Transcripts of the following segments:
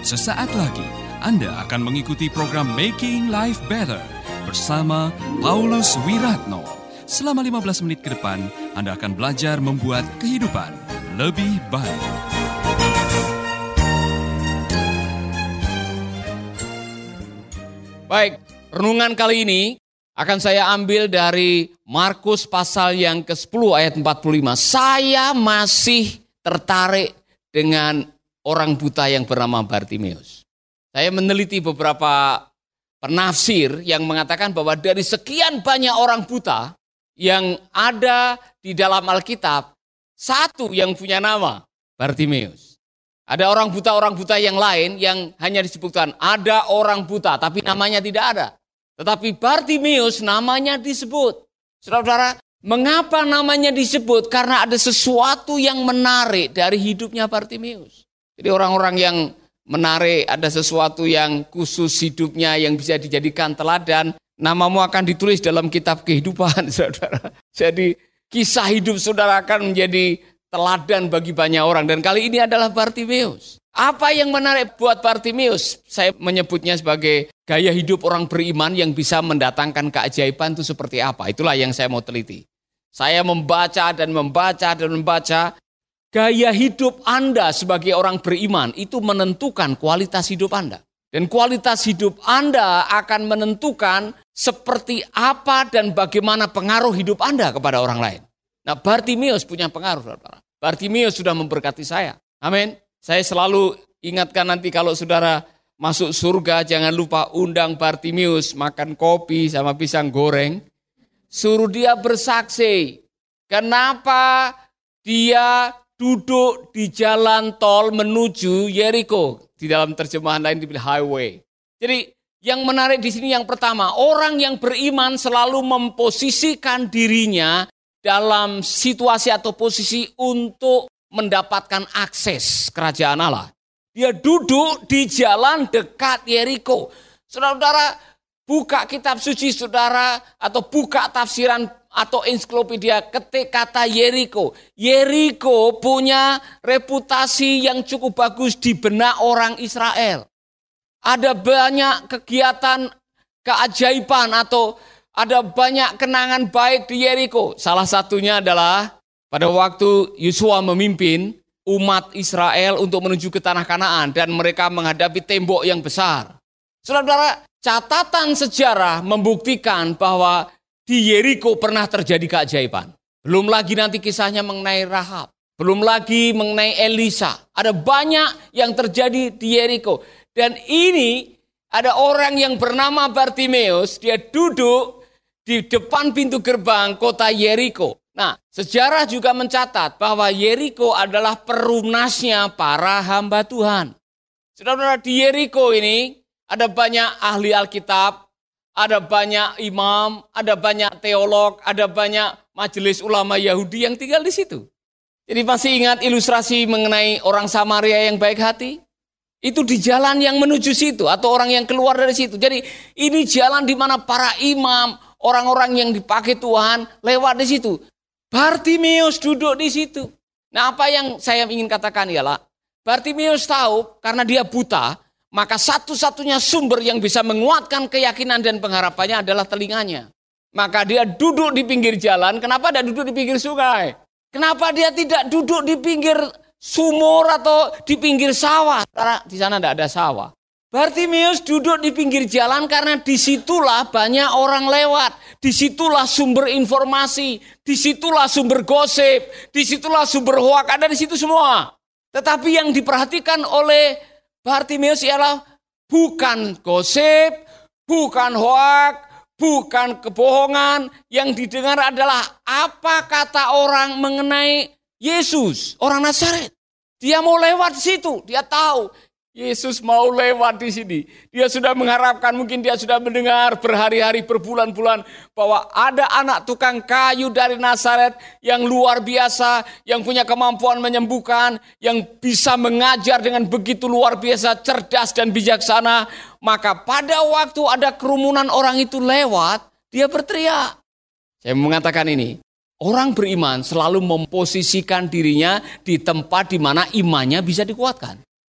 Sesaat lagi Anda akan mengikuti program Making Life Better bersama Paulus Wiratno. Selama 15 menit ke depan, Anda akan belajar membuat kehidupan lebih baik. Baik, renungan kali ini akan saya ambil dari Markus pasal yang ke-10 ayat 45. Saya masih tertarik dengan orang buta yang bernama Bartimeus. Saya meneliti beberapa penafsir yang mengatakan bahwa dari sekian banyak orang buta yang ada di dalam Alkitab, satu yang punya nama, Bartimeus. Ada orang buta yang lain yang hanya disebutkan ada orang buta, tapi namanya tidak ada. Tetapi Bartimeus namanya disebut. Saudara-saudara, mengapa namanya disebut? Karena ada sesuatu yang menarik dari hidupnya Bartimeus. Jadi orang-orang yang menarik, ada sesuatu yang khusus hidupnya yang bisa dijadikan teladan. Namamu akan ditulis dalam kitab kehidupan, saudara. Jadi kisah hidup saudara akan menjadi teladan bagi banyak orang. Dan kali ini adalah Bartimeus. Apa yang menarik buat Bartimeus? Saya menyebutnya sebagai gaya hidup orang beriman yang bisa mendatangkan keajaiban itu seperti apa. Itulah yang saya mau teliti. Saya membaca. Gaya hidup Anda sebagai orang beriman itu menentukan kualitas hidup Anda. Dan kualitas hidup Anda akan menentukan seperti apa dan bagaimana pengaruh hidup Anda kepada orang lain. Nah, Bartimeus punya pengaruh, saudara. Bartimeus sudah memberkati saya. Amin. Saya selalu ingatkan nanti kalau saudara masuk surga, jangan lupa undang Bartimeus makan kopi sama pisang goreng. Suruh dia bersaksi. Kenapa dia duduk di jalan tol menuju Yeriko. Di dalam terjemahan lain dibilang highway. Jadi yang menarik di sini yang pertama, orang yang beriman selalu memposisikan dirinya dalam situasi atau posisi untuk mendapatkan akses kerajaan Allah. Dia duduk di jalan dekat Yeriko. Saudara-saudara, buka kitab suci saudara atau buka tafsiran atau ensiklopedia, ketik kata Yeriko. Yeriko punya reputasi yang cukup bagus di benak orang Israel. Ada banyak kegiatan keajaiban atau ada banyak kenangan baik di Yeriko. Salah satunya adalah pada waktu Yosua memimpin umat Israel untuk menuju ke tanah Kanaan dan mereka menghadapi tembok yang besar. Saudara-saudara, catatan sejarah membuktikan bahwa di Yeriko pernah terjadi keajaiban. Belum lagi nanti kisahnya mengenai Rahab. Belum lagi mengenai Elisa. Ada banyak yang terjadi di Yeriko. Dan ini ada orang yang bernama Bartimeus. Dia duduk di depan pintu gerbang kota Yeriko. Nah, sejarah juga mencatat bahwa Yeriko adalah perumnasnya para hamba Tuhan. Saudara-saudara, di Yeriko ini ada banyak ahli Alkitab. Ada banyak imam, ada banyak teolog, ada banyak majelis ulama Yahudi yang tinggal di situ. Jadi masih ingat ilustrasi mengenai orang Samaria yang baik hati? Itu di jalan yang menuju situ atau orang yang keluar dari situ. Jadi ini jalan di mana para imam, orang-orang yang dipakai Tuhan lewat di situ. Bartimeus duduk di situ. Nah, apa yang saya ingin katakan ialah Bartimeus tahu karena dia buta, maka satu-satunya sumber yang bisa menguatkan keyakinan dan pengharapannya adalah telinganya. Maka dia duduk di pinggir jalan. Kenapa dia duduk di pinggir sungai? Kenapa dia tidak duduk di pinggir sumur atau di pinggir sawah? Karena di sana tidak ada sawah. Bartimeus duduk di pinggir jalan karena disitulah banyak orang lewat. Disitulah sumber informasi. Disitulah sumber gosip. Disitulah sumber hoak. Ada di situ semua. Tetapi yang diperhatikan oleh Bartimeus ialah bukan gosip, bukan hoak, bukan kebohongan. Yang didengar adalah apa kata orang mengenai Yesus, orang Nazaret. Dia mau lewat situ, dia tahu Yesus mau lewat di sini. Dia sudah mengharapkan, mungkin dia sudah mendengar berhari-hari, berbulan-bulan bahwa ada anak tukang kayu dari Nazaret yang luar biasa, yang punya kemampuan menyembuhkan, yang bisa mengajar dengan begitu luar biasa, cerdas dan bijaksana. Maka pada waktu ada kerumunan orang itu lewat, dia berteriak. Saya mengatakan ini, orang beriman selalu memposisikan dirinya di tempat di mana imannya bisa dikuatkan.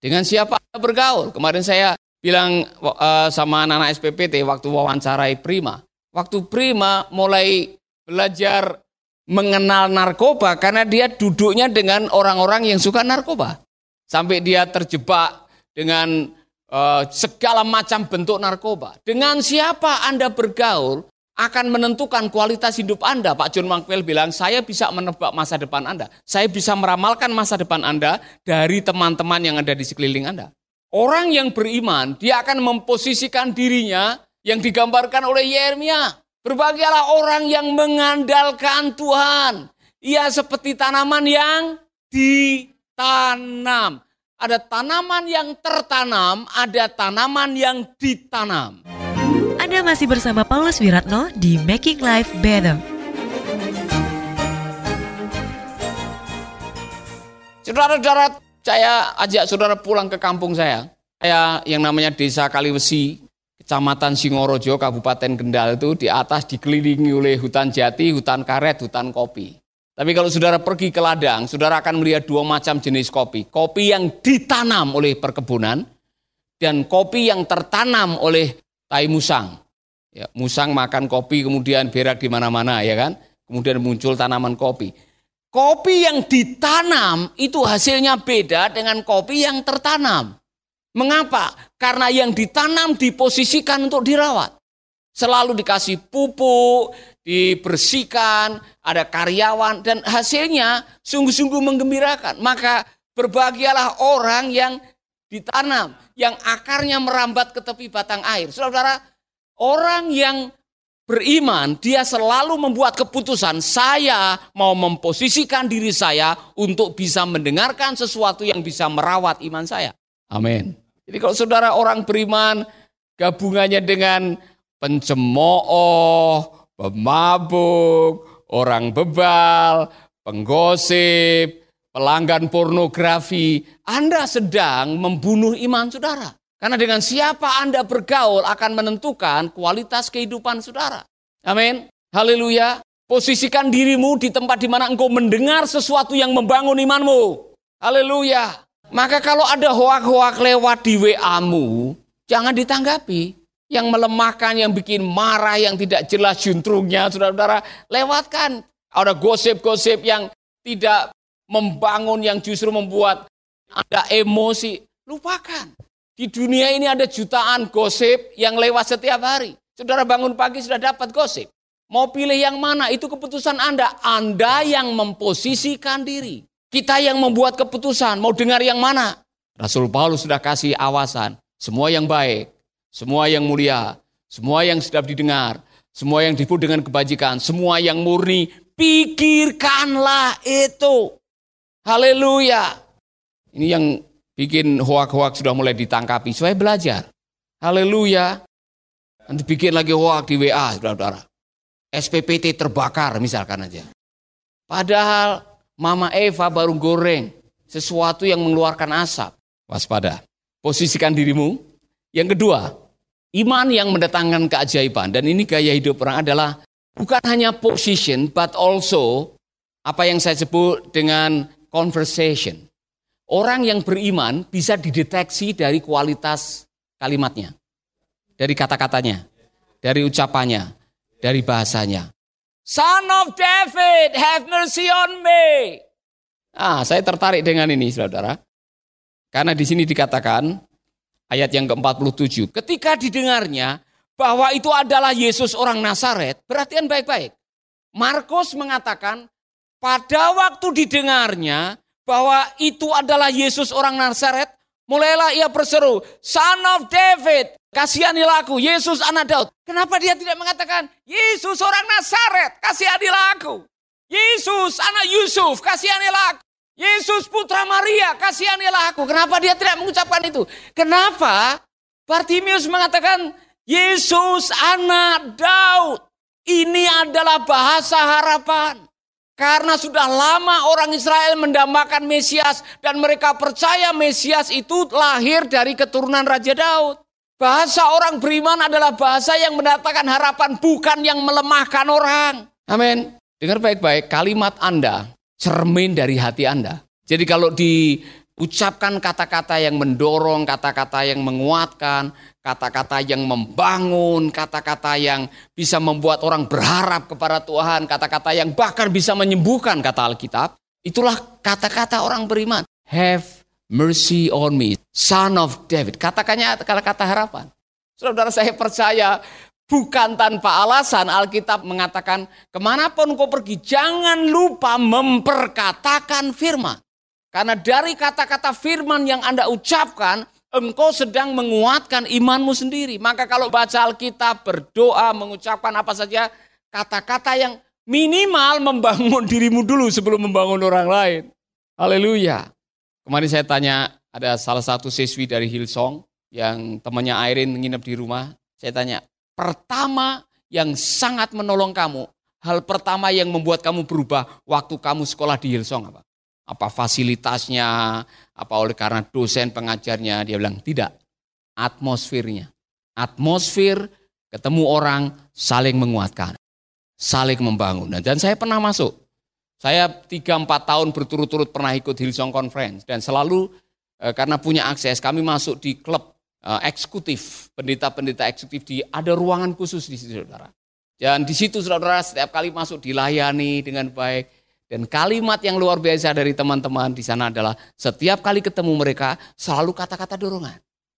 Dengan siapa Anda bergaul? Kemarin saya bilang sama anak-anak SPPT waktu wawancarai Prima. Waktu Prima mulai belajar mengenal narkoba karena dia duduknya dengan orang-orang yang suka narkoba. Sampai dia terjebak dengan segala macam bentuk narkoba. Dengan siapa Anda bergaul akan menentukan kualitas hidup Anda. Pak John Maxwell bilang, saya bisa menebak masa depan Anda. Saya bisa meramalkan masa depan Anda dari teman-teman yang ada di sekeliling Anda. Orang yang beriman, dia akan memposisikan dirinya yang digambarkan oleh Yeremia. Berbahagialah orang yang mengandalkan Tuhan. Ia seperti tanaman yang ditanam. Ada tanaman yang tertanam, ada tanaman yang ditanam. Anda masih bersama Paulus Wiratno di Making Life Better. Saudara-saudara, saya ajak saudara pulang ke kampung saya. Saya yang namanya Desa Kaliwesi, Kecamatan Singorojo, Kabupaten Kendal itu di atas dikelilingi oleh hutan jati, hutan karet, hutan kopi. Tapi kalau saudara pergi ke ladang, saudara akan melihat dua macam jenis kopi. Kopi yang ditanam oleh perkebunan dan kopi yang tertanam oleh tai musang. Ya, musang makan kopi kemudian berak di mana-mana, ya kan? Kemudian muncul tanaman kopi. Kopi yang ditanam itu hasilnya beda dengan kopi yang tertanam. Mengapa? Karena yang ditanam diposisikan untuk dirawat. Selalu dikasih pupuk, dibersihkan, ada karyawan, dan hasilnya sungguh-sungguh menggembirakan. Maka berbahagialah orang yang ditanam, yang akarnya merambat ke tepi batang air. Saudara, orang yang beriman, dia selalu membuat keputusan, saya mau memposisikan diri saya untuk bisa mendengarkan sesuatu yang bisa merawat iman saya. Amin. Jadi kalau saudara orang beriman, gabungannya dengan pencemooh, pemabuk, orang bebal, penggosip, pelanggan pornografi, Anda sedang membunuh iman saudara. Karena dengan siapa Anda bergaul akan menentukan kualitas kehidupan saudara. Amin. Haleluya. Posisikan dirimu di tempat di mana engkau mendengar sesuatu yang membangun imanmu. Haleluya. Maka kalau ada hoak-hoak lewat di WA-mu, jangan ditanggapi. Yang melemahkan, yang bikin marah, yang tidak jelas juntrungnya, saudara-saudara, lewatkan. Ada gosip-gosip yang tidak membangun, yang justru membuat Anda emosi. Lupakan. Di dunia ini ada jutaan gosip yang lewat setiap hari. Saudara bangun pagi sudah dapat gosip. Mau pilih yang mana? Itu keputusan Anda. Anda yang memposisikan diri. Kita yang membuat keputusan. Mau dengar yang mana? Rasul Paulus sudah kasih awasan. Semua yang baik, semua yang mulia, semua yang sedap didengar, semua yang disebut dengan kebajikan, semua yang murni, pikirkanlah itu. Haleluya. Ini yang bikin hoak-hoak sudah mulai ditangkapi. Supaya belajar. Haleluya. Nanti bikin lagi hoak di WA, saudara-saudara. SPPT terbakar misalkan aja. Padahal Mama Eva baru goreng sesuatu yang mengeluarkan asap. Waspada. Posisikan dirimu. Yang kedua, iman yang mendatangkan keajaiban. Dan ini gaya hidup orang adalah bukan hanya position, but also apa yang saya sebut dengan conversation. Orang yang beriman bisa dideteksi dari kualitas kalimatnya, dari kata-katanya, dari ucapannya, dari bahasanya. Son of David, have mercy on me. Saya tertarik dengan ini, saudara. Karena di sini dikatakan, ayat yang ke-47, ketika didengarnya bahwa itu adalah Yesus orang Nazaret, perhatian baik-baik. Markus mengatakan, pada waktu didengarnya bahwa itu adalah Yesus orang Nazaret, mulailah ia berseru, Son of David, kasihanilah aku, Yesus anak Daud. Kenapa dia tidak mengatakan, Yesus orang Nazaret, kasihanilah aku. Yesus anak Yusuf, kasihanilah aku. Yesus putra Maria, kasihanilah aku. Kenapa dia tidak mengucapkan itu? Kenapa? Bartimius mengatakan, Yesus anak Daud. Ini adalah bahasa harapan. Karena sudah lama orang Israel mendambakan Mesias dan mereka percaya Mesias itu lahir dari keturunan Raja Daud. Bahasa orang beriman adalah bahasa yang mendatangkan harapan, bukan yang melemahkan orang. Amin. Dengar baik-baik, kalimat Anda cermin dari hati Anda. Jadi kalau di Ucapkan kata-kata yang mendorong, kata-kata yang menguatkan, kata-kata yang membangun, kata-kata yang bisa membuat orang berharap kepada Tuhan, kata-kata yang bahkan bisa menyembuhkan, kata Alkitab. Itulah kata-kata orang beriman. Have mercy on me, son of David. Katakannya kata harapan. Saudara, saya percaya bukan tanpa alasan Alkitab mengatakan, kemanapun kau pergi, jangan lupa memperkatakan firman. Karena dari kata-kata firman yang Anda ucapkan, engkau sedang menguatkan imanmu sendiri. Maka kalau baca Alkitab, berdoa, mengucapkan apa saja, kata-kata yang minimal membangun dirimu dulu sebelum membangun orang lain. Haleluya. Kemarin saya tanya, ada salah satu siswi dari Hillsong yang temannya Irene nginep di rumah. Saya tanya, pertama yang sangat menolong kamu, hal pertama yang membuat kamu berubah waktu kamu sekolah di Hillsong apa? Apa fasilitasnya, apa oleh karena dosen pengajarnya? Dia bilang, tidak, atmosfernya. Atmosfer, ketemu orang, saling menguatkan, saling membangun. Dan saya pernah masuk. Saya 3-4 tahun berturut-turut pernah ikut Hillsong Conference. Dan selalu karena punya akses, kami masuk di klub eksekutif, pendeta-pendeta eksekutif, ada ruangan khusus di situ, saudara. Dan di situ, saudara, setiap kali masuk dilayani dengan baik. Dan kalimat yang luar biasa dari teman-teman di sana adalah setiap kali ketemu mereka selalu kata-kata dorongan.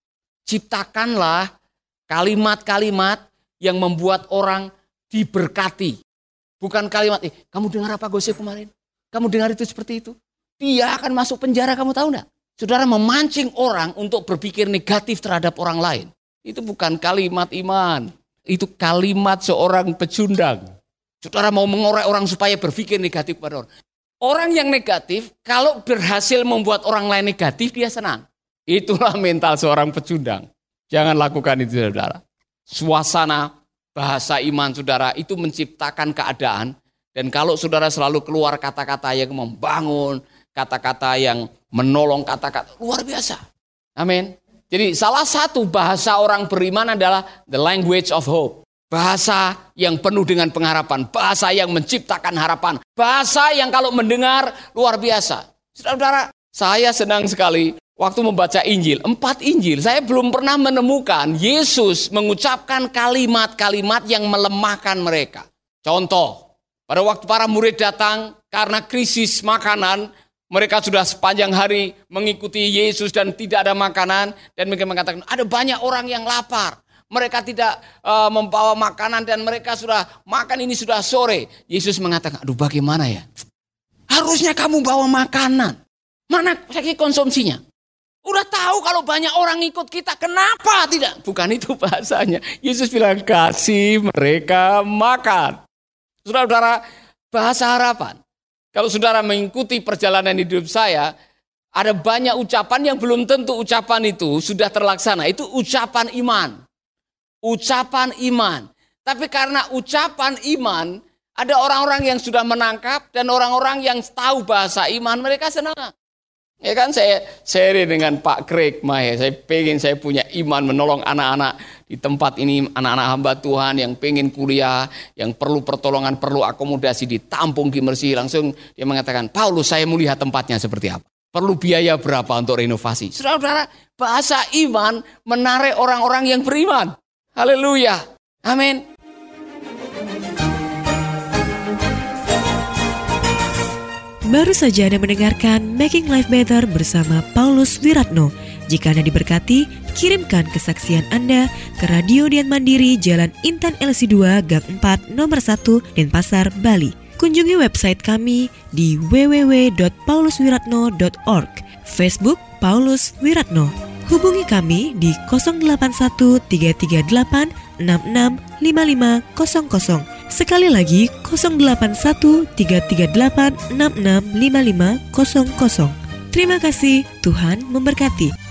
Ciptakanlah kalimat-kalimat yang membuat orang diberkati. Bukan kalimat, kamu dengar apa gosip kemarin? Kamu dengar itu seperti itu? Dia akan masuk penjara, kamu tahu enggak? Saudara, memancing orang untuk berpikir negatif terhadap orang lain. Itu bukan kalimat iman. Itu kalimat seorang pecundang. Saudara mau mengorek orang supaya berpikir negatif pada orang. Orang yang negatif, kalau berhasil membuat orang lain negatif, dia senang. Itulah mental seorang pecundang. Jangan lakukan itu, saudara. Suasana, bahasa iman, saudara, itu menciptakan keadaan. Dan kalau saudara selalu keluar kata-kata yang membangun, kata-kata yang menolong, kata-kata luar biasa. Amin. Jadi salah satu bahasa orang beriman adalah the language of hope. Bahasa yang penuh dengan pengharapan, bahasa yang menciptakan harapan, bahasa yang kalau mendengar luar biasa. Saudara, saya senang sekali waktu membaca Injil, 4 Injil, saya belum pernah menemukan Yesus mengucapkan kalimat-kalimat yang melemahkan mereka. Contoh, pada waktu para murid datang karena krisis makanan, mereka sudah sepanjang hari mengikuti Yesus dan tidak ada makanan, dan mereka mengatakan ada banyak orang yang lapar. Mereka tidak membawa makanan dan mereka sudah makan, ini sudah sore. Yesus mengatakan, aduh bagaimana ya? Harusnya kamu bawa makanan. Mana konsumsinya? Udah tahu kalau banyak orang ikut kita, kenapa tidak? Bukan itu bahasanya. Yesus bilang, kasih mereka makan. Saudara-saudara, bahasa harapan. Kalau saudara mengikuti perjalanan hidup saya, ada banyak ucapan yang belum tentu ucapan itu sudah terlaksana. Itu ucapan iman. Ucapan iman. Tapi karena ucapan iman, ada orang-orang yang sudah menangkap dan orang-orang yang tahu bahasa iman, mereka senang. Ya kan, saya share dengan Pak Craig Mahe, saya punya iman menolong anak-anak di tempat ini, anak-anak hamba Tuhan yang pengen kuliah, yang perlu pertolongan, perlu akomodasi, ditampung di Mercy. Langsung dia mengatakan, Paulus, saya mau lihat tempatnya seperti apa. Perlu biaya berapa untuk renovasi. Saudara-saudara, bahasa iman menarik orang-orang yang beriman. Haleluya. Amin. Baru saja Anda mendengarkan Making Life Better bersama Paulus Wiratno. Jika Anda diberkati, kirimkan kesaksian Anda ke Radio Dian Mandiri Jalan Intan LC2 Gang 4 Nomor 1 Denpasar, Bali. Kunjungi website kami di www.pauluswiratno.org. Facebook Paulus Wiratno. Hubungi kami di 081 338 665500. Sekali lagi 081 338 665500. Terima kasih, Tuhan memberkati.